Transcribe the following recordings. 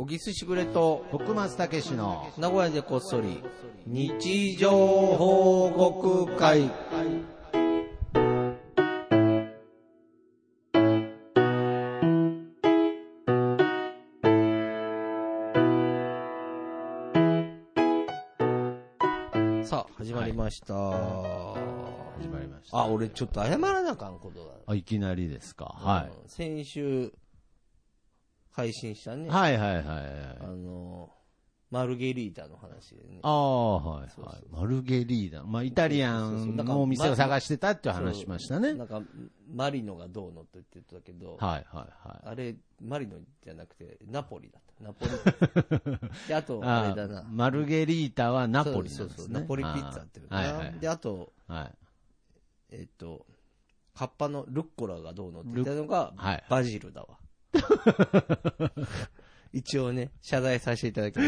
ギスしぐれと徳松たけしの名古屋でこっそり日常報告会。さあ始まりました、 始まりました。 あ、俺ちょっと謝らなあかんことだ。 あ、いきなりですか。はい。 先週配信したね。 はいはいはいはい。 マルゲリータの話でね。 ああ、はいはい。 そうそうマルゲリータ。まあ、イタリアンのお店を探してたっていう話しましたね。 なんか、マリノがどうのって言ってたけど、 はいはいはい。 あれ、マリノじゃなくて、ナポリだった。ナポリ。で、あと、あれだな。 マルゲリータはナポリなんですね。 そう、ナポリピッツァっていうかな、 はいはい。 で、あと、 はい。 カッパのルッコラがどうのって言ったのが、バジルだわ。一応ね、謝罪させていただきます。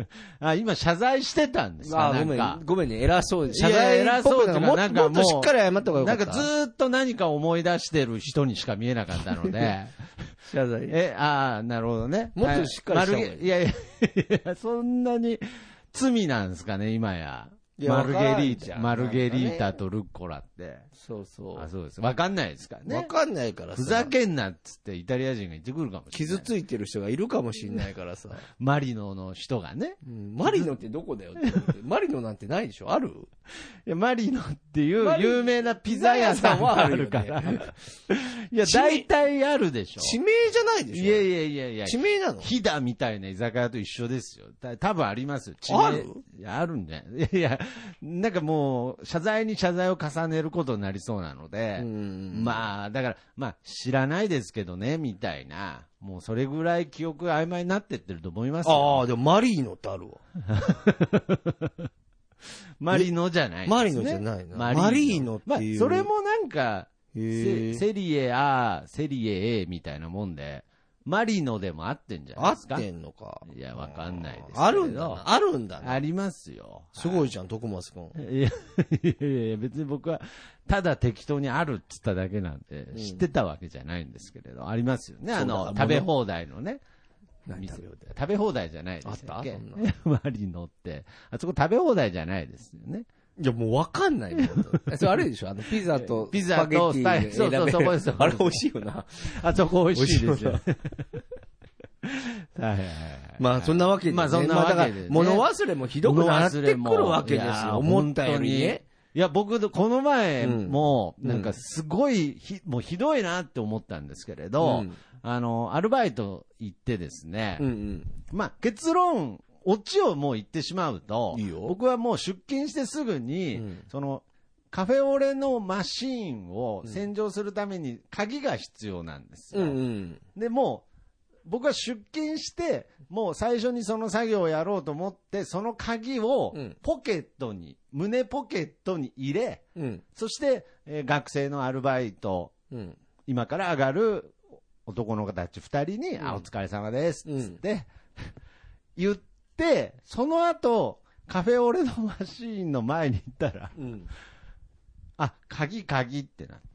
あ、今謝罪してたんですか？ ごめんね、偉そうで。 謝罪偉そうとか、 なんかもっとしっかり謝った方がよかった。 なんかずーっと何か思い出してる人にしか見えなかったので。 謝罪。 なるほどね。 もっとしっかりした方がいい。 いや、そんなに罪なんですかね、今や。マルゲリータとルッコラって。 そうそう。 あ、そうです。わかんないですからね。 わかんないからさ。 ふざけんなっつってイタリア人が言ってくるかもしれない。 傷ついてる人がいるかもしれないからさ。 マリノの人がね。 マリノってどこだよって。マリノなんてないでしょ？ある？ いや、マリノっていう有名なピザ屋さんはあるから。いや、大体あるでしょ。 地名じゃないでしょ？ いや。 地名なの？ 飛騨みたいな居酒屋と一緒ですよ。多分ありますよ。 ある？ いや、あるんじゃない？いや、なんかもう、謝罪に謝罪を重ねることになりそうなので、まあ、だから、知らないですけどね、みたいな、もうそれぐらい記憶が曖昧になってってると思いますよ。 ああ、でもマリーノってあるわ。 マリノじゃないですね。 マリノじゃないな。マリーノっていう。 それもなんか、セリエ A、セリエ A みたいなもんで、マリノでも合ってんじゃないですか。 合ってんのか。 いや、わかんないですけど。 あるんだな。あるんだな。 ありますよ。 すごいじゃん、徳松くん。 いや、別に僕は、ただ適当にあるって言っただけなんで、知ってたわけじゃないんですけれど、ありますよね。食べ放題のね。食べ放題じゃないですよ。マリノって。あそこ食べ放題じゃないですよね。 いや、もうわかんないもん。それあれでしょ？ピザとスパゲッティ。そう、そこです。 あれ美味しいよな。 あそこ美味しいですよ。 まあそんなわけで、ね。 まあそんなわけで、ね。 物忘れもひどくなってくるわけですよ。思ったよりね。 いや、僕、この前も、なんかすごい、もうひどいなって思ったんですけれど、アルバイト行ってですね、まあ結論、オチをもう言ってしまうと、僕はもう出勤してすぐに、カフェオレのマシーンを洗浄するために鍵が必要なんですよ。で、もう、僕は出勤して、もう最初にその作業をやろうと思って、その鍵をポケットに、胸ポケットに入れ、そして、学生のアルバイト、今から上がる男の子たち2人に、お疲れ様です、つって、言って、その後、カフェオレのマシーンの前に行ったら、鍵ってなって。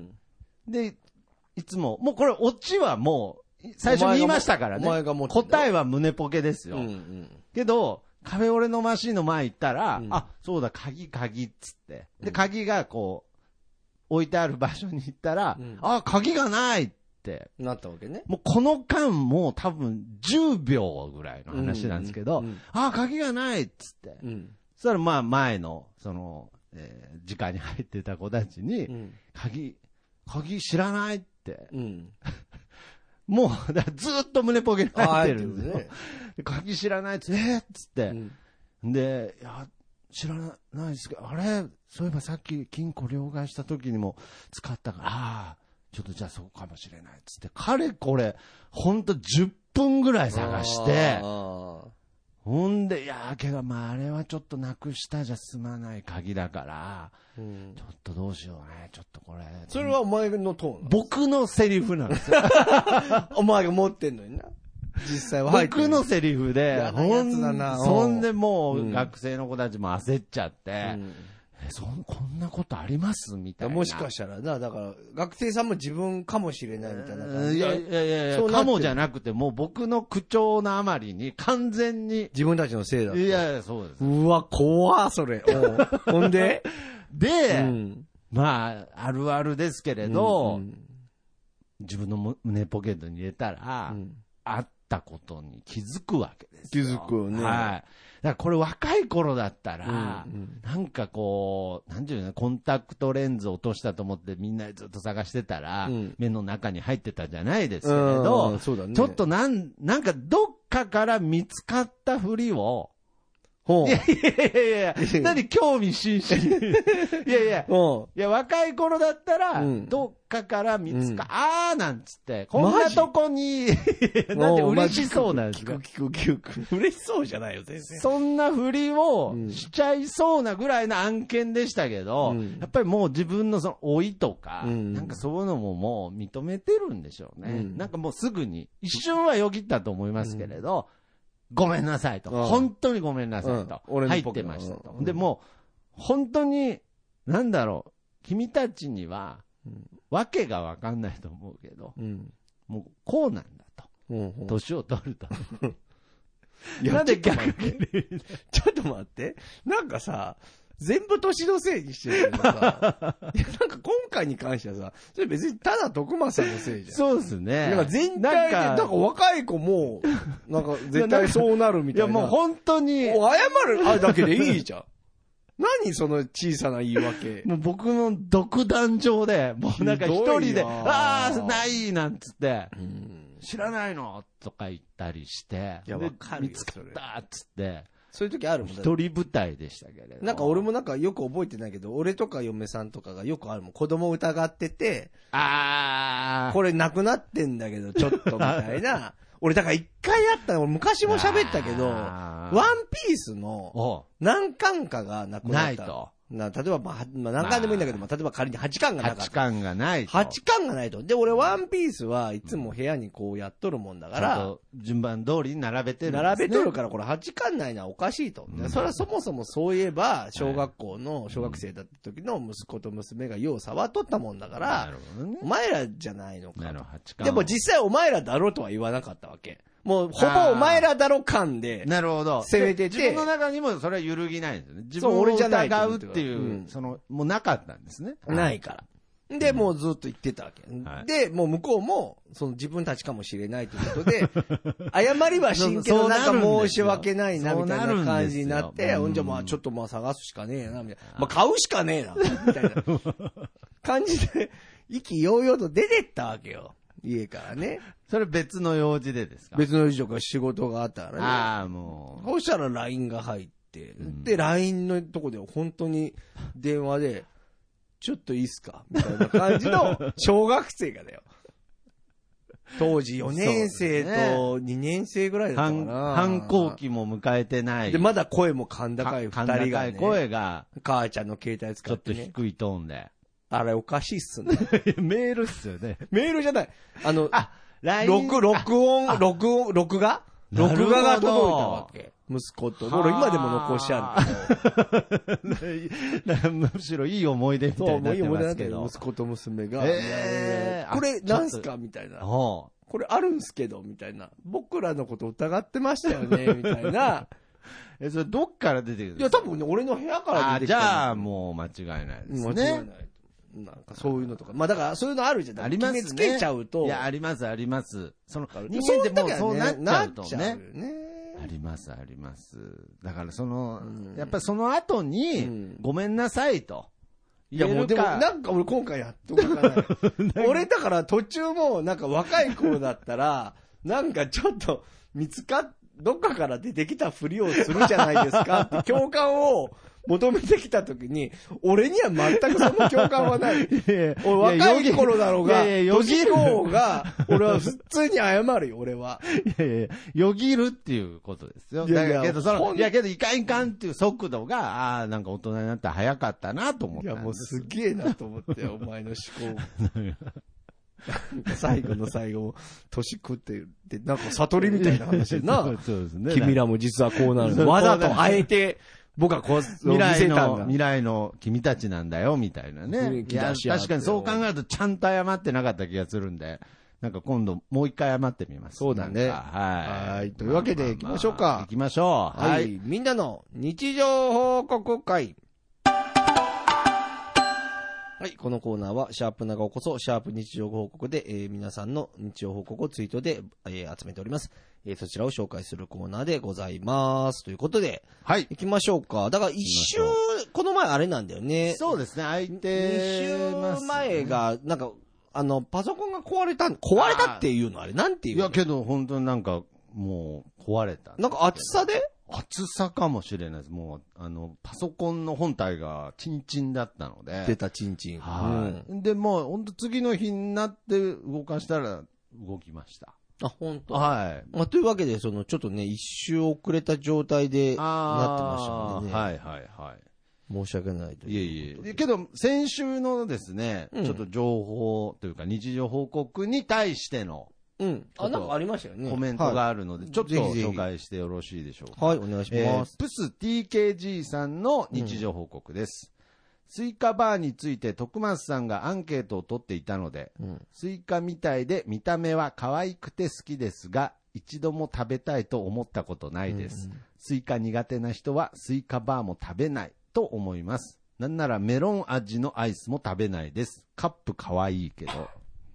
で、いつも、もうこれ、オチはもう、最初に言いましたからね。答えは胸ポケですよ。けど、カフェオレのマシーンの前行ったら、そうだ、鍵っつって。で、鍵がこう、置いてある場所に行ったら、鍵がないってなったわけね。 もうこの間もう多分10秒ぐらいの話なんですけど、鍵がないっつって。そしたらまあ前の、時間に入ってた子たちに、鍵知らないって。もう、ずーっと胸ポケに入ってるんですよ。鍵知らないっつって、っつって。で、いや、知らないですけど、あれ、そういえばさっき金庫両替した時にも使ったから、ちょっとじゃあそうかもしれないっつって、かれこれ、ほんと10分ぐらい探して、ほんで、いやけどあれはちょっとなくしたじゃ済まない鍵だから、ちょっとどうしようね、ちょっとこれ。 それはお前のトーン？ 僕のセリフなんですよ。 お前が持ってんのにな。実際は僕のセリフで、 そんでもう学生の子たちも焦っちゃって、 こんなことありますみたいな。 もしかしたらな、だから、学生さんも自分かもしれないみたいな感じ。 いや、かもじゃなくて、もう僕の口調のあまりに完全に。 自分たちのせいだった。 いや、そうです。 うわ、怖それ。ほんでで、まあ、あるあるですけれど、自分の胸ポケットに入れたら、あったことに気づくわけですよ。 気づくよね。 はい。だからこれ若い頃だったら、なんかこう、なんていうの、コンタクトレンズ落としたと思ってみんなでずっと探してたら、目の中に入ってたじゃないですけれど、 そうだね、 ちょっとなんかどっかから見つかったふりを、いや、何興味津々。いや、若い頃だったら、どっかから見つか、なんつって、こんなとこに、なんで嬉しそうなんですか？ 聞く。嬉しそうじゃないよ、全然。 そんなふりをしちゃいそうなぐらいの案件でしたけど、やっぱりもう自分のその老いとか、なんかそういうのももう認めてるんでしょうね。なんかもうすぐに、一瞬はよぎったと思いますけれど、ごめんなさいと。本当にごめんなさいと。入ってましたと。でも、本当に、なんだろう、君たちには、わけがわかんないと思うけど、もう、こうなんだと。年を取ると。なんで逆に。 ちょっと待って。なんかさ、全部年のせいにしてるけどさ、なんか今回に関してはさ、それ別にただ徳間さんのせいじゃん。 そうですね。 なんか全体で、なんか若い子も、なんか絶対そうなるみたいな。 いやもう本当に。 謝るだけでいいじゃん。何その小さな言い訳。 もう僕の独壇場で、もうなんか一人で、ないなんつって、知らないのとか言ったりして、 いや、わかるよ。 見つかったっつって。 そういう時あるもん。 一人舞台でしたけれど。 なんか俺もなんかよく覚えてないけど、俺とか嫁さんとかがよくあるもん。子供疑ってて、これなくなってんだけど、ちょっとみたいな。俺だから一回あったの、俺昔も喋ったけど、ワンピースの何巻かがなくなった。ないと。例えば、何巻でもいいんだけど、例えば仮に8巻がなかった。 8巻がないと。 8巻がないと。で、俺ワンピースはいつも部屋にこうやっとるもんだから、 順番通りに並べてるんですね。 並べとるからこれ8巻ないのはおかしいと。それはそもそもそういえば、小学校の小学生だった時の息子と娘がよう触っとったもんだから、お前らじゃないのか。でも実際お前らだろうとは言わなかったわけ。もう、ほぼお前らだろ感で、 なるほど。 攻めてて。 自分の中にもそれは揺るぎないんですよね。自分を疑うっていう、もうなかったんですね。 ないから。で、もうずっと言ってたわけ。で、もう向こうも、自分たちかもしれないということで、謝りはしんけど、なんか申し訳ないな、みたいな感じになって、じゃあまあちょっとまあ探すしかねえな、みたいな。まあ買うしかねえな、みたいな感じで、意気揚々と出てったわけよ。家からね。 それ別の用事でですか？ 別の用事とか仕事があったからね。 ああ、もう。そしたら LINE が入って、で、LINE のとこで本当に電話で、ちょっといいっすかみたいな感じの小学生がだよ。当時4年生と2年生ぐらいだったかな。 反抗期も迎えてない。 で、まだ声も甲高い2人がね。甲高い声が。 母ちゃんの携帯使ってね。 ちょっと低いトーンで。 あれおかしいっすね。 メールっすよね。 メールじゃない。 LINE。 録画が届いたわけ。息子と。俺今でも残しあるけど。むしろいい思い出みたいになってますけど。 息子と娘が。これなんすかみたいな。これあるんすけどみたいな。僕らのこと疑ってましたよねみたいな。 それどっから出てくるんですか？いや多分ね、俺の部屋から出てきた。 じゃあもう間違いないですね。間違いない。 なんかそういうのとか。まあだからそういうのあるじゃん。ありますね。決めつけちゃうと。 いや、あります、あります。人間ってもうそうなっちゃうとね。あります、あります。だからやっぱりその後に、ごめんなさいと。 いやもうでもなんか俺今回やっとかない。俺だから途中もなんか若い子だったら、なんかちょっとどっかから出てきたふりをするじゃないですかって共感を求めてきたときに、俺には全くその共感はない。俺若い頃だろうが、年子が、俺は普通に謝るよ、俺は。 よぎるっていうことですよ。けどいかんいかんっていう速度が、なんか大人になったら早かったなと思った。 いや、もうすげえなと思ってお前の思考。最後の最後、年食ってるって、なんか悟りみたいな話でな。 そうですね。 君らも実はこうなる。わざとあえて、 僕はこう、 未来の君たちなんだよ、みたいなね。いや、確かにそう考えるとちゃんと謝ってなかった気がするんで、なんか今度もう一回謝ってみます。 そうだね。はい。というわけで行きましょうか。 行きましょう。 はい。みんなの日常報告会。はい。このコーナーは、シャープ長尾こそ、シャープ日常報告で、皆さんの日常報告をツイートで、集めております。そちらを紹介するコーナーでございます。ということで、 はい。 行きましょうか。だから一周、この前あれなんだよね。 そうですね、相手、 2週前が、なんか、パソコンが壊れたっていうのあれ、なんていうの？ いや、けど本当になんか、もう、壊れた。 なんか厚さで？ 厚さかもしれないです。もう、パソコンの本体がチンチンだったので。 出たチンチン。 はい。で、もう、本当次の日になって動かしたら、動きました。 あ、本当。 はい。 まあ、というわけで、ちょっとね、一周遅れた状態で、なってましたのでね。 はいはいはい。 申し訳ないという。 いえ。けど、先週のですね、ちょっと情報というか、日常報告に対しての、 なんかありましたよね。 コメントがあるので、ちょっと紹介してよろしいでしょうか。 はい、お願いします。 プス TKG さんの日常報告です。スイカバーについて徳松さんがアンケートを取っていたので、スイカみたいで見た目は可愛くて好きですが、一度も食べたいと思ったことないです。スイカ苦手な人はスイカバーも食べないと思います。なんならメロン味のアイスも食べないです。カップ可愛いけど。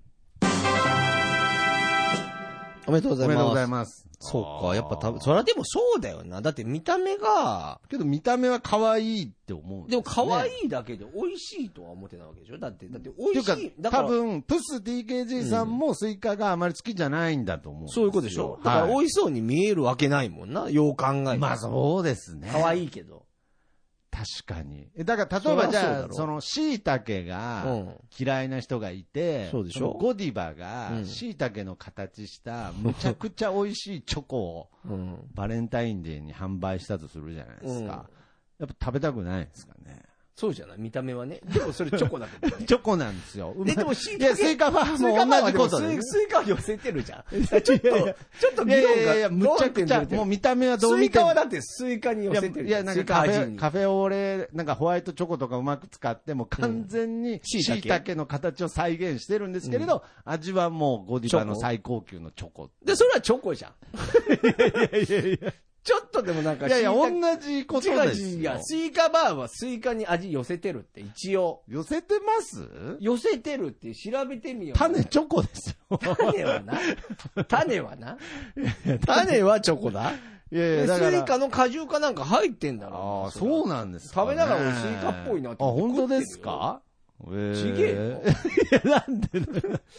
おめでとうございます。 おめでとうございます。 そうか、やっぱそれはでもそうだよな。だって見た目が。 けど見た目は可愛いって思うんですね。 でも可愛いだけで美味しいとは思ってないわけでしょ。だって美味しい。 だから多分、プス TKG さんもスイカがあまり好きじゃないんだと思うんですよ。 そういうことでしょ。だから美味しそうに見えるわけないもんな。よう考えて。 まあそうですね。 可愛いけど。 確かに。だから例えばじゃあ、その椎茸が嫌いな人がいて、 そうでしょ。 ゴディバが椎茸の形したむちゃくちゃ美味しいチョコをバレンタインデーに販売したとするじゃないですか。やっぱ食べたくないですかね。 そうじゃない見た目はね。でもそれチョコだけどね。 チョコなんですよ。 でもスイカバーも同じことで。 スイカは寄せてるじゃん。ちょっと議論が。 むちゃくちゃ、もう見た目はどう見ても。 スイカはだってスイカに寄せてる。 いや、なんかカフェオレ、なんかホワイトチョコとかうまく使っても完全に椎茸の形を再現してるんですけれど、味はもうゴディバの最高級のチョコ。 で、それはチョコじゃん。いや。ちょっとでもなんか、 いやいや、同じことですよ。 スイカバーはスイカに味寄せてるって一応。 寄せてます？ 寄せてるって調べてみよう。 種チョコですよ。 種はな。種はチョコだ。いやいや、だからスイカの果汁かなんか入ってんだろ。 ああ、そうなんですか、 食べながら俺スイカっぽいなって。 あ、本当ですか？ ちげえよ。 いや、なんで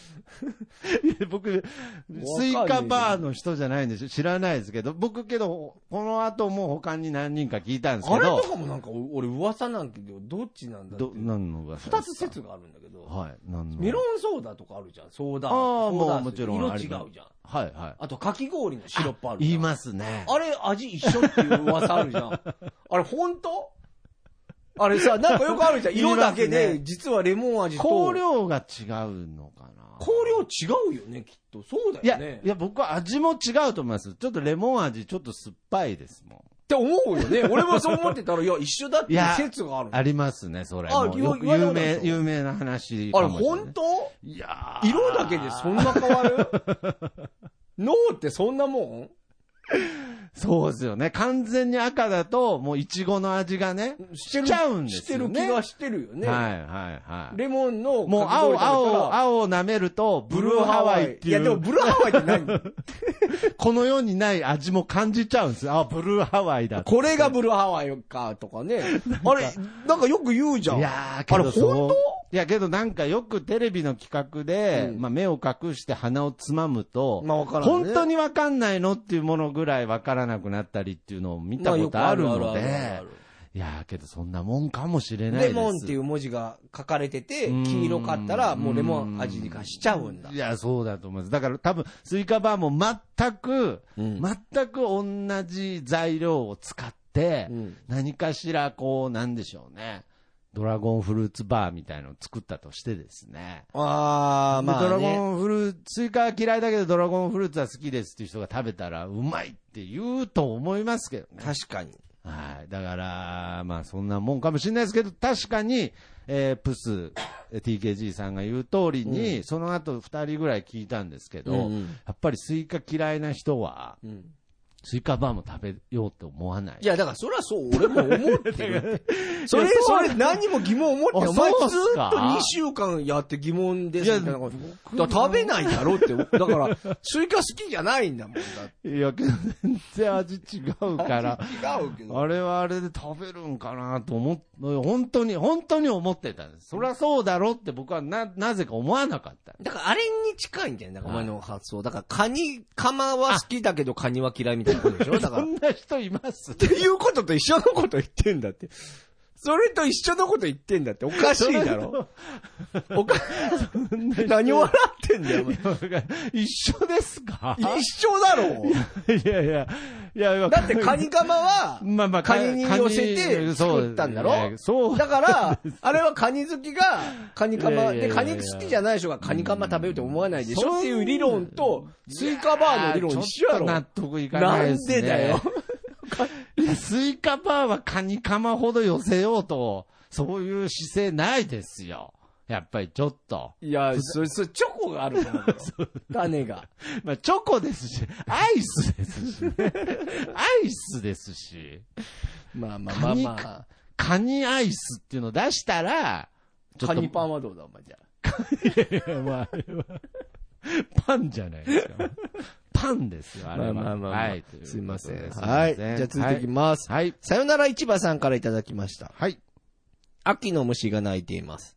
僕、スイカバーの人じゃないんでしょ知らないですけど、僕けど、この後も他に何人か聞いたんですけど。 あれとかもなんか、俺噂なんけど、どっちなんだって。 何の噂？ 二つ説があるんだけど。 はい。 メロンソーダとかあるじゃん。ソーダ。 ああ、もちろん。 色違うじゃん。 はいはい。 あと、かき氷のシロップあるじゃん。 言いますね。 あれ、味一緒っていう噂あるじゃん。あれ、本当？あれさ、なんかよくあるじゃん。色だけで、実はレモン味と。 香料が違うのかな。 香料違うよね、きっと。そうだよね。 いや、僕は味も違うと思います。ちょっとレモン味、ちょっと酸っぱいですもん。 って思うよね。俺もそう思ってたら、いや、一緒だって説がある。 ありますね、それ。有名な話。 あれ、本当？ いや色だけでそんな変わる？脳ってそんなもん？ そうですよね。完全に赤だと、もうイチゴの味がね、しちゃうんですよね。 してる気がしてるよね。 はい。 レモンの、 もう青を舐めると、ブルーハワイっていう。 いや、でもブルーハワイって何？ この世にない味も感じちゃうんですよ。あ、ブルーハワイだ。 これがブルーハワイか、とかね。あれ、なんかよく言うじゃん。 いやー、けどあれ、本当？いや、けどなんかよくテレビの企画で、目を隠して鼻をつまむと、本当にわかんないのっていうものぐらいわからなくなったりっていうのを見たことあるので、いやけどそんなもんかもしれないです。 レモンっていう文字が書かれてて、黄色かったらもうレモン味がしちゃうんだ。 いや、そうだと思います。だから多分スイカバーも全く同じ材料を使って、何かしらこう、なんでしょうね。ドラゴンフルーツバーみたいなのを作ったとしてですね。 まあ、ね、 ドラゴンフルーツ、スイカは嫌いだけどドラゴンフルーツは好きですっていう人が食べたらうまいって言うと思いますけどね。 確かに。 はい。だから、まあそんなもんかもしれないですけど、確かに、プス、TKG さんが言う通りに、その後2人ぐらい聞いたんですけど、やっぱりスイカ嫌いな人は、スイカバーも食べようと思わない。 いや、だからそれはそう、俺も思ってる。それ何も疑問思ってる。お前ずっと2週間やって疑問ですみたいなこと。だから食べないだろうって。だから、スイカ好きじゃないんだもんだって。 いや、けど全然味違うから。 違うけど。 あれはあれで食べるんかなと本当に思ってたんです。そりゃそうだろうって僕はなぜか思わなかった。 だからあれに近いんじゃない？だからお前の発想。だからカニカマは好きだけどカニは嫌いみたいなことでしょ？だからそんな人いますっていうことと一緒のこと言ってんだって。それと一緒のこと言ってんだって。おかしいだろ。何笑ってんだよ。 一緒ですか？ 一緒だろ。 いや、 だってカニカマは、カニに寄せて作ったんだろ？そう。だから、あれはカニ好きがカニカマ、で、カニ好きじゃない人がカニカマ食べると思わないでしょっていう理論と、スイカバーの理論一緒やろ。 納得いかないですね。 なんでだよ。 スイカバーはカニカマほど寄せようと、そういう姿勢ないですよ。やっぱりちょっと。 いや、それチョコがあるから種が。 まあ、チョコですし、アイスですしね。アイスですし。 まあ。 カニアイスっていうのを出したら、 カニパンはどうだお前じゃあ。 いや、まあ、パンじゃないですか。パンですよ、あれは。 まあ。 はい。 すいません。はい。じゃあ続いていきます。 はい。 さよなら市場さんからいただきました。 はい。 秋の虫が鳴いています。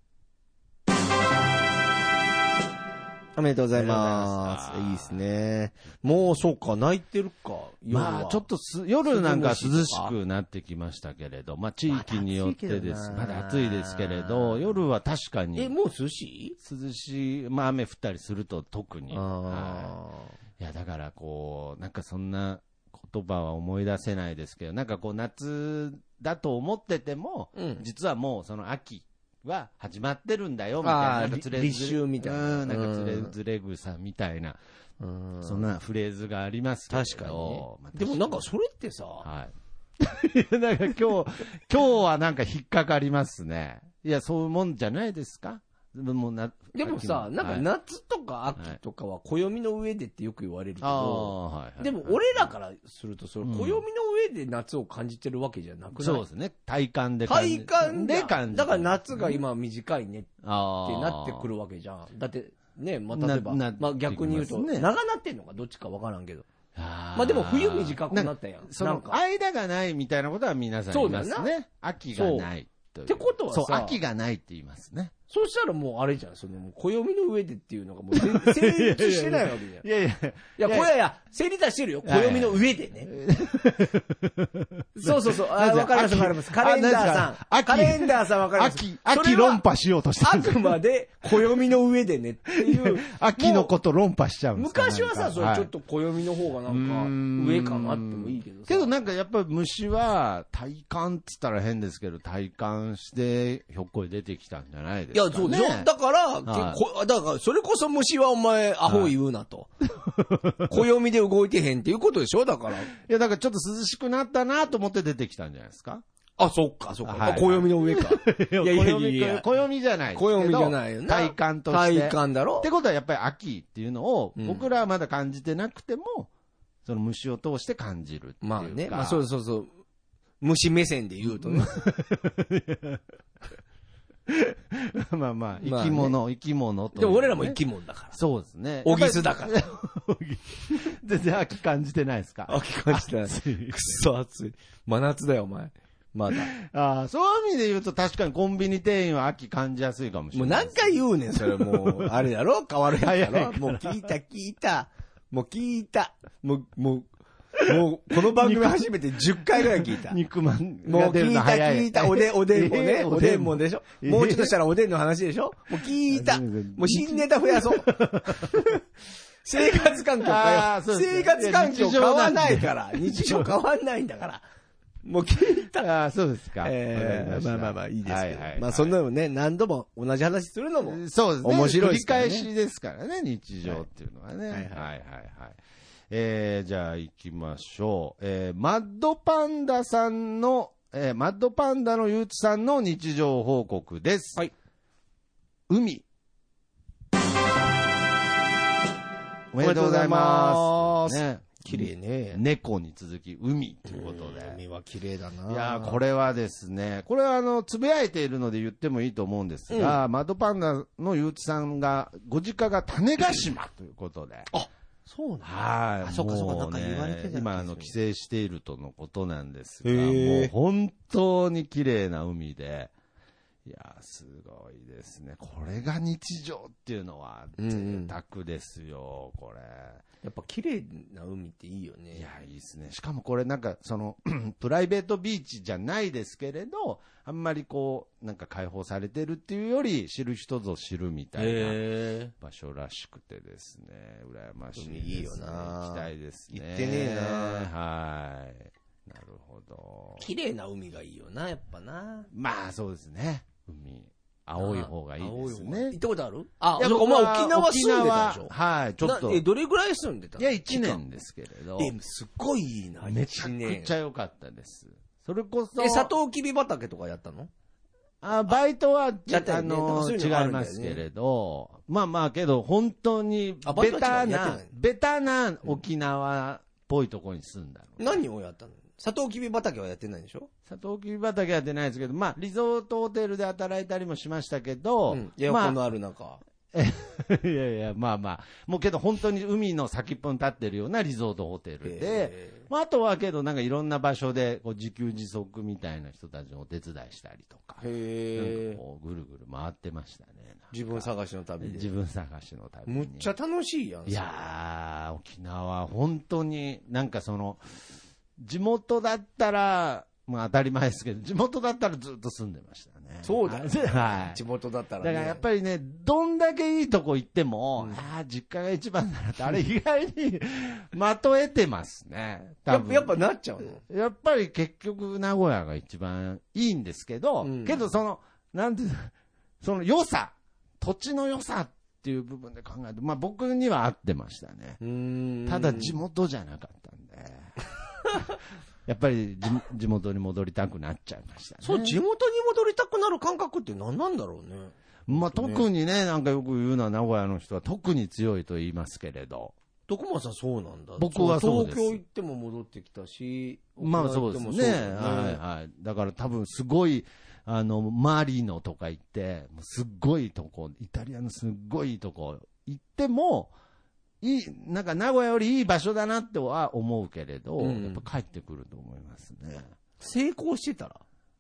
おめでとうございます。いいですね。もうそうか、泣いてるか。 まあちょっと夜なんか涼しくなってきましたけれど、まあ地域によってです。まだ暑いですけれど、夜は確かに。 もう涼しい？まあ雨降ったりすると特に。いやだからなんかそんな言葉は思い出せないですけど、なんか夏だと思ってても、実はもうその秋は始まってるんだよみたいな、なんか立秋みたいな、 なんかずれ草みたいな、そんなフレーズがありますけど。 確かに。でもなんかそれってさ、 なんか今日はなんか引っかかりますね。いやそういうもんじゃないですか。でもさ、なんか夏とか秋とかは暦の上でってよく言われるけど、でも俺らからするとその暦の上で夏を感じてるわけじゃなくない？ そうですね。体感で感じだから夏が今短いねってなってくるわけじゃん。だってね、まあ例えば逆に言うと長なってんのかどっちかわからんけど。まあでも冬短くなったやん。 その間がないみたいなことは皆さん言いますね。秋がない。 ってことはさ、 そう、秋がないって言いますね。 そうしたらもうあれじゃん、暦の上でっていうのがもう成立してないわけじゃん。いや、成立はしてるよ。暦の上でね。そう。わかります。カレンダーさんわかります。 秋論破しようとしてる。 あくまで暦の上でねっていう。 秋のこと論破しちゃうんですか？ 昔はさ、それちょっと暦の方がなんか上かなってもいいけどさ。 けどなんかやっぱり虫は体感って言ったら変ですけど、体感してひょっこり出てきたんじゃないですか。 いや、そうでしょ。だから、それこそ虫はお前、アホ言うなと。暦で動いてへんっていうことでしょだから。いや、だからちょっと涼しくなったなと思って出てきたんじゃないですか。 あ、そっか。暦の上か。いや、暦じゃない。 暦じゃないよな。 体感として。 体感だろ。 ってことはやっぱり秋っていうのを、僕らはまだ感じてなくても、その虫を通して感じるっていうか。 まあね。まあそう。虫目線で言うとね。 まあ、生き物と、 でも俺らも生き物だから。 そうですね。 おぎすだから。 全然秋感じてないですか？ 秋感じてない。くっそ暑い。真夏だよ、お前。まだ。 そういう意味で言うと確かにコンビニ店員は秋感じやすいかもしれない。 もう何回言うねん、それもう。あれだろ？変わるやつだろ？もう聞いた。もう、この番組初めて10回ぐらい聞いた。 肉まんが出るの早い。 聞いた。おでんもね。おでんもでしょ。もうちょっとしたらおでんの話でしょ。もう聞いた。もう新ネタ増やそう。生活環境生活環境変わんないから。日常変わんないんだから。もう聞いた。 そうですか。 まあ、いいですけど。まあ、そんなのね、何度も同じ話するのも。 そうですね。 面白いですからね。繰り返しですからね、日常っていうのはね。はい。 じゃあ行きましょう。マッドパンダさんの、マッドパンダのゆうつさんの日常報告です。 はい。 海。おめでとうございます。ね。 綺麗ね。 猫に続き海ということで。 海は綺麗だな。 いやこれはですね、これはつぶやいているので言ってもいいと思うんですが、マッドパンダのゆうちさんが、ご実家が種子島ということで。 あ、そうなんだ。 はい。 あ、そっかそっか、なんか言われてた。 今帰省しているとのことなんですが、もう本当に綺麗な海で、いやすごいですね。これが日常っていうのは贅沢ですよ、これ。 やっぱ綺麗な海っていいよね。 いや、いいですね。しかもこれなんかプライベートビーチじゃないですけれど、あんまりこう、なんか開放されてるっていうより、知る人ぞ知るみたいな場所らしくてですね、羨ましいですね。 いいよな。 行きたいですね。 行ってねえな。 はい。なるほど。 綺麗な海がいいよな、やっぱな。 まあそうですね。海。青い方がいいですね。 行ったことある？あ、いや、お前沖縄住んでたでしょ？ はい、ちょっと。 どれぐらい住んでたの？ いや、1年ですけれど。 すっごいいいな、 めちゃくちゃ良かったです。それこそ。 サトウキビ畑とかやったの？ バイトは、違いますけれど、まあまあけど、本当に、ベタな沖縄っぽいところに住んだの。 何をやったの？サトウキビ畑はやってないでしょ？ サトウキビ畑はやってないですけど、まあ、リゾートホテルで働いたりもしましたけど、 エアコンのある中。 いやいや、まあまあ、もうけど本当に海の先っぽに立ってるようなリゾートホテルで、まあ、あとはけどなんかいろんな場所でこう自給自足みたいな人たちのお手伝いしたりとか、なんかこうぐるぐる回ってましたね。 自分探しの旅で。 自分探しの旅に。 むっちゃ楽しいやん。 いやー、沖縄本当になんか地元だったら、まあ当たり前ですけど、地元だったらずっと住んでましたね。 そうだよね。 はい。 地元だったらね。 だからやっぱりね、どんだけいいとこ行っても、実家が一番だなって、あれ意外にまとえてますね。 やっぱなっちゃうの？ やっぱり結局名古屋が一番いいんですけど、けどなんていうの、良さ、土地の良さっていう部分で考えると、まあ僕には合ってましたね。ただ地元じゃなかったんで。やっぱり地元に戻りたくなっちゃいましたね。 そう、地元に戻りたくなる感覚って何なんだろうね。 まあ特にね、なんかよく言うのは名古屋の人は特に強いと言いますけれど。 徳間さんそうなんだ。 僕はそうです。 東京行っても戻ってきたし、 まあそうですね。はいはい。だから多分すごい、マリノとか行って、すっごいとこ、イタリアのすっごいとこ行っても、なんか名古屋よりいい場所だなっては思うけれど、やっぱ帰ってくると思いますね。 成功してたら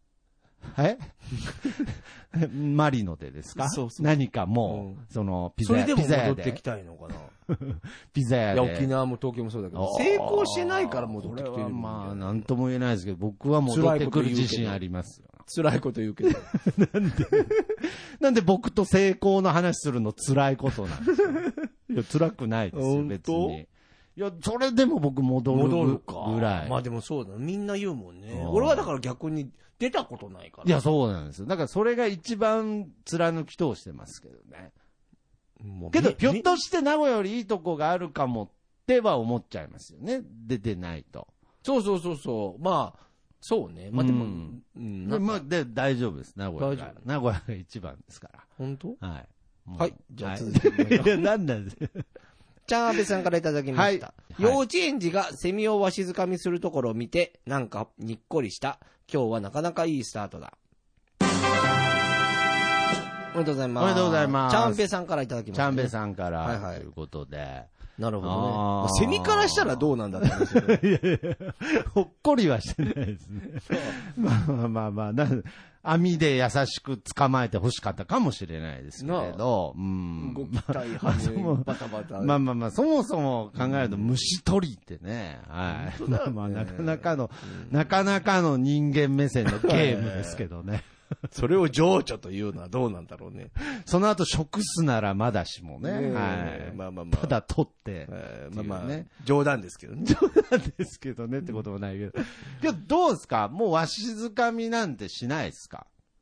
マリノでですか？そうそう。何かもう、ピザ屋で。 それでも戻ってきたいのかな？ ピザ屋で。 いや、沖縄も東京もそうだけど、成功してないから戻ってきてる。 まあ、なんとも言えないですけど、僕は戻ってくる自信ありますよ。 辛いこと言うけど。 なんで僕と成功の話するの辛いことなんですか？いや、辛くないですよ、別に。いや、それでも僕戻るぐらい。 まあでもそうだ、みんな言うもんね。俺はだから逆に出たことないから。 いや、そうなんですよ。だからそれが一番貫き通してますけどね。けど、ひょっとして名古屋よりいいとこがあるかもっては思っちゃいますよね。出てないと。 そう。まあ、そうね。まあでも、 まあ、大丈夫です、名古屋が。名古屋が一番ですから。 本当？ はい。 はい。じゃあ続いて。 いや、なんなんですチャンアベさんからいただきました。幼稚園児がセミをわしづかみするところを見て、なんかにっこりした。今日はなかなかいいスタートだ。おめでとうございます。 おめでとうございます。 チャンペさんからいただきました、 チャンペさんから、ということで。 なるほどね。セミからしたらどうなんだって話ほっこりはしてないですね。まあ、網で優しく捕まえて欲しかったかもしれないですけれど、 ご期待派バタバタ。 まあ、そもそも考えると虫取りってね、はい。まあ、なかなかの人間目線のゲームですけどね。 それを情緒というのはどうなんだろうね。 その後食すならまだしもね。はい。 まあ。 ただ取って。 まあ、冗談ですけどね。 冗談ですけどねってこともないけど。けどどうですか？もうわしづかみなんてしないですか？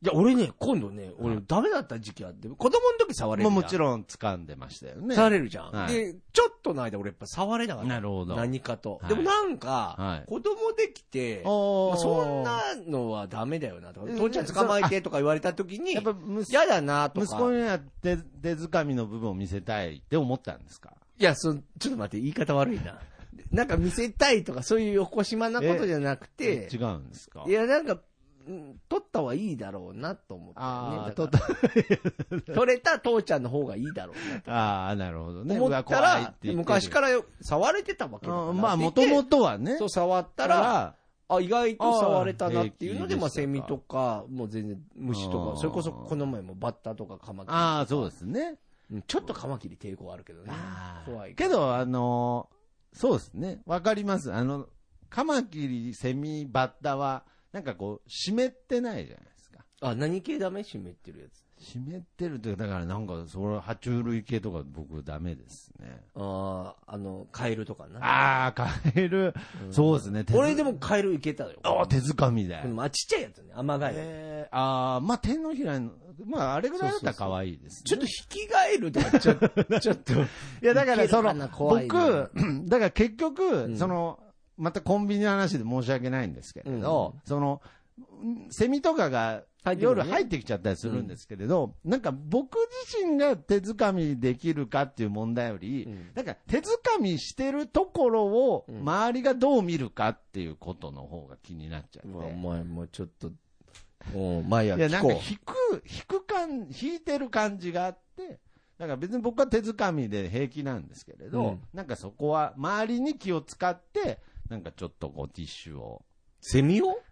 いや、俺ね、今度ね、俺ダメだった時期あって、子供の時触れるじゃん。 もちろん掴んでましたよね。 触れるじゃん。 はいで、ちょっとの間俺やっぱ触れなかった。 なるほど。 何かと。 はいでもなんか、 はい子供できて、 おーそんなのはダメだよなとか、父ちゃん捕まえてとか言われた時に、 やっぱ嫌だなとか。 息子には手掴みの部分を見せたいって思ったんですか？ いや、ちょっと待って、言い方悪いな。なんか見せたいとか、そういうよこしまなことじゃなくて、 違うんですか？ いや、なんか、取った方がいいだろうなと思って、ね。 ああ、 取れた父ちゃんの方がいいだろうなと。 ああ、なるほどね。 思ったら、昔から触れてたわけだから。 まあ、もともとはね。 そう、触ったら、意外と触れたなっていうので、セミとか、もう全然虫とか、それこそこの前もバッタとかカマキリ。 ああ、そうですね。 ちょっとカマキリ抵抗あるけどね。怖い。 けど、そうですね。わかります。カマキリ、セミ、バッタは、なんかこう、湿ってないじゃないですか。 何系ダメ？湿ってるやつ。 湿ってるってだからなんか、爬虫類系とか僕ダメですね。 カエルとかな。 ああ、カエル、そうですね。 俺でもカエルいけたよ。 手掴みで。 ちっちゃいやつね、アマガエル。 まあ手のひらの、まああれぐらいだったら可愛いですね。 ちょっとヒキガエルとかちょっと。いやだから僕、だから結局、またコンビニの話で申し訳ないんですけれど、セミとかが夜入ってきちゃったりするんですけれど、なんか僕自身が手掴みできるかっていう問題より、なんか手掴みしてるところを周りがどう見るかっていうことの方が気になっちゃって。 お前もうちょっと、前やいやなんか引いてる感じがあって、だから別に僕は手掴みで平気なんですけれど、なんかそこは周りに気を使って、なんかちょっとこうティッシュを。 セミを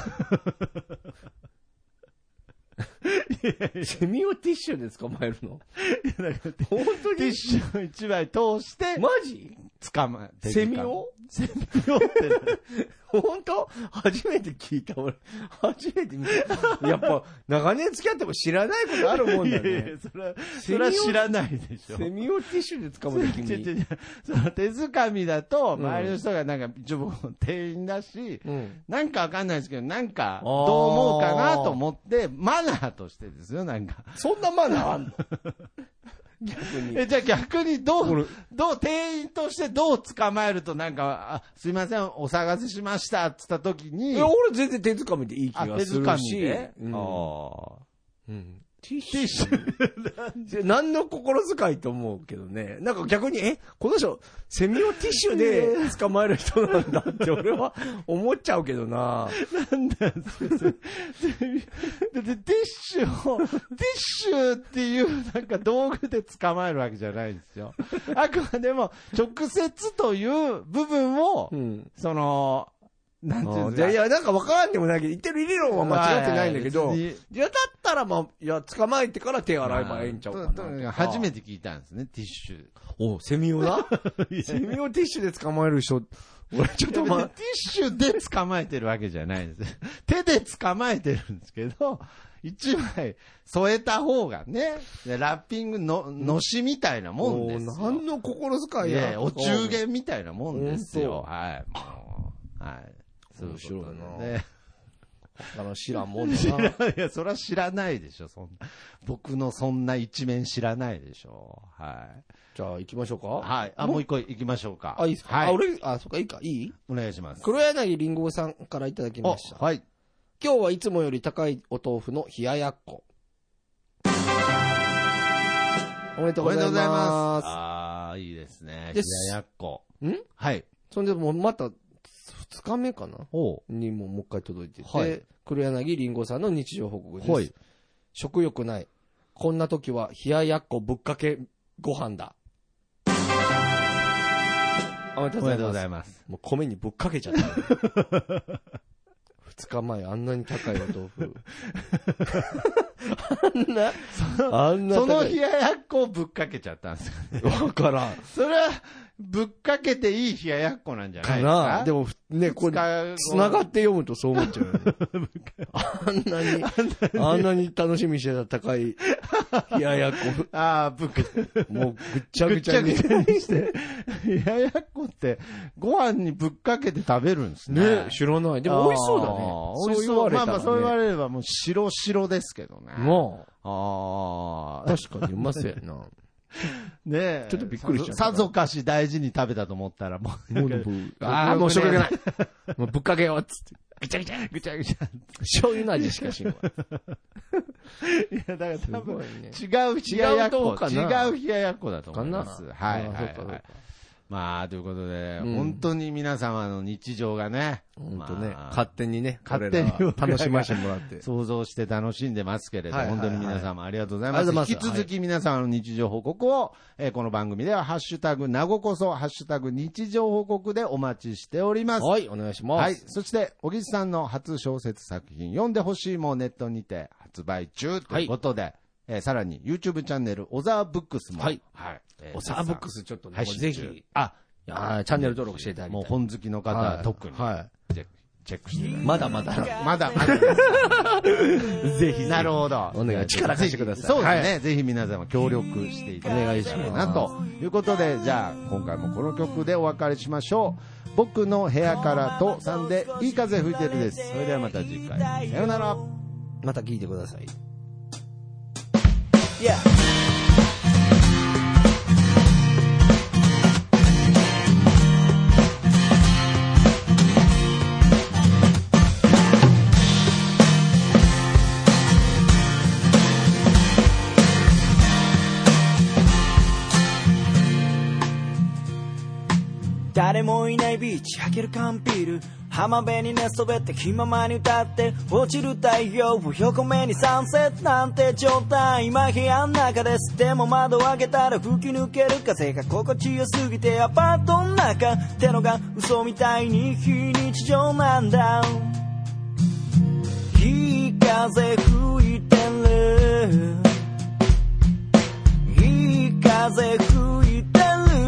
セミをティッシュで捕まえるの？本当にティッシュを一枚通して、 マジ？ 捕まえて。 セミをセミをって。 本当？初めて聞いた俺。初めて見た。やっぱ、長年付き合っても知らないことあるもんだね。 いやいやそれは知らないでしょ。 セミをティッシュで捕まえる君。 その手掴みだと、周りの人がなんか、一応店員だし、なんかわかんないですけど、なんか、どう思うかなと思って、マナーとしてですよ、なんか。 そんなマナーあんの？逆に。 じゃあ逆に店員としてどう捕まえるとなんか、すいません、お探ししましたって言った時に。 いや、俺全然手掴みでいい気がするし。 手掴みで？ ティッシュ何の心遣いと思うけどね。なんか逆に、この人、セミをティッシュで捕まえる人なんだって俺は思っちゃうけどな。 なんだティッシュっていうなんか道具で捕まえるわけじゃないんですよ。あくまでも直接という部分を、なんていうんですか。 いや、なんかわからんでもないけど、言ってる理論は間違ってないんだけど、いや、だったら捕まえてから手洗えばええんちゃうかな。 初めて聞いたんですね、ティッシュ。 セミをなセミをティッシュで捕まえる人、俺ちょっとティッシュで捕まえてるわけじゃないんです。手で捕まえてるんですけど、一枚添えた方がね、ラッピングの、のしみたいなもんですよ。 何の心遣いや。 お中元みたいなもんですよ。はい。はい。 面白いな。 ね。 知らんもんだな。 いや、それは知らないでしょ、僕のそんな一面知らないでしょ。はい。 じゃあ行きましょうか。 はい。もう一個行きましょうか。 いいですか。 はい。 そっか、いいか、いい？ お願いします。 黒柳りんごさんからいただきました。 はい。 今日はいつもより高いお豆腐の冷ややっこ。おめでとうございます。 ああ、いいですね。冷ややっこ。はい。 そんでもうまた、2日目かなにもう一回届いてて、 はい、 黒柳りんごさんの日常報告です。はい、食欲ない。こんな時は冷ややっこぶっかけご飯だ。おめでとうございます。もう米にぶっかけちゃった。2日前あんなに高いお豆腐。 あんなその冷ややっこをぶっかけちゃったんですよね。 わからん。 それは、 ぶっかけていい冷ややっこなんじゃないですか。 かな。でもね、これ、繋がって読むとそう思っちゃうよね。あんなに楽しみにしてた高い冷ややっこ。もうぐっちゃぐちゃにして、冷ややっこってご飯にぶっかけて食べるんですね。 ね、知らない。でも美味しそうだね。 そう言われたらね。まあそう言われればもう白ですけどね。 もう。確かにうまそうやな。 ねえ。 ちょっとびっくりしちゃった。 さぞかし大事に食べたと思ったらもう。もうしょうがない。もうぶっかけようっつって。ぐちゃぐちゃ。ぐちゃぐちゃ。醤油の味しかしんわ。 いや、だから多分、違う冷ややっこ。違う冷ややっこだと思います。はい。まあ、ということで、本当に皆様の日常がね、 本当ね、勝手に楽しませてもらって。 想像して楽しんでますけれど、本当に皆様ありがとうございます。引き続き皆様の日常報告を、この番組では、ハッシュタグ、なごこそ、ハッシュタグ、日常報告でお待ちしております。 はい、お願いします。はい。 そして、小木さんの初小説作品、読んでほしいもネットにて発売中ということで、さらに YouTube チャンネル、小沢ブックスも。 はい。小沢ブックスちょっとね、ぜひ、チャンネル登録していただいて。 もう本好きの方は特に。チェックして。 まだ。ぜひ。 なるほど。 お願い、力貸してください。 そうですね。ぜひ皆様協力していただきたいなということで、じゃあ今回もこの曲でお別れしましょう。僕の部屋からと3でいい風吹いてるです。それではまた次回。さようなら。 また聞いてください。 Yeah.誰もいないビーチ開ける缶ビール浜辺に寝そべって気ままに歌って落ちる太陽を横目にサンセットなんて状態今部屋の中ですでも窓を開けたら吹き抜ける風が心地よすぎてアパートの中ってのが嘘みたいに非日常なんだいい風吹いてるいい風吹いてる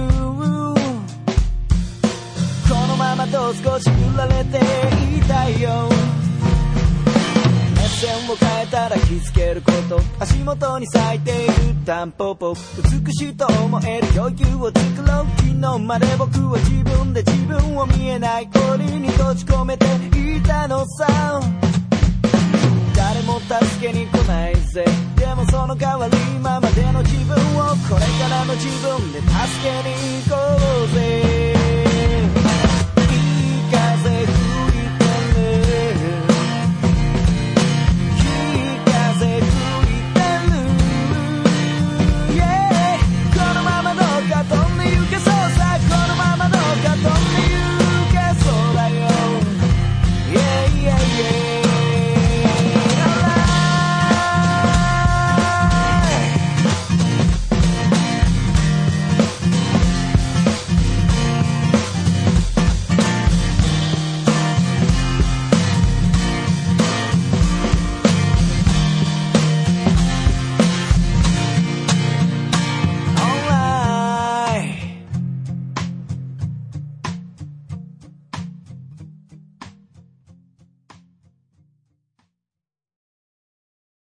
このままと少し振られていたいよ目線を変えたら気づけること足元に咲いているタンポポ美しいと思える余裕を作ろう昨日まで僕は自分で自分を見えない檻に閉じ込めていたのさ誰も助けに来ないぜでもその代わり今までの自分をこれからの自分で助けに行こ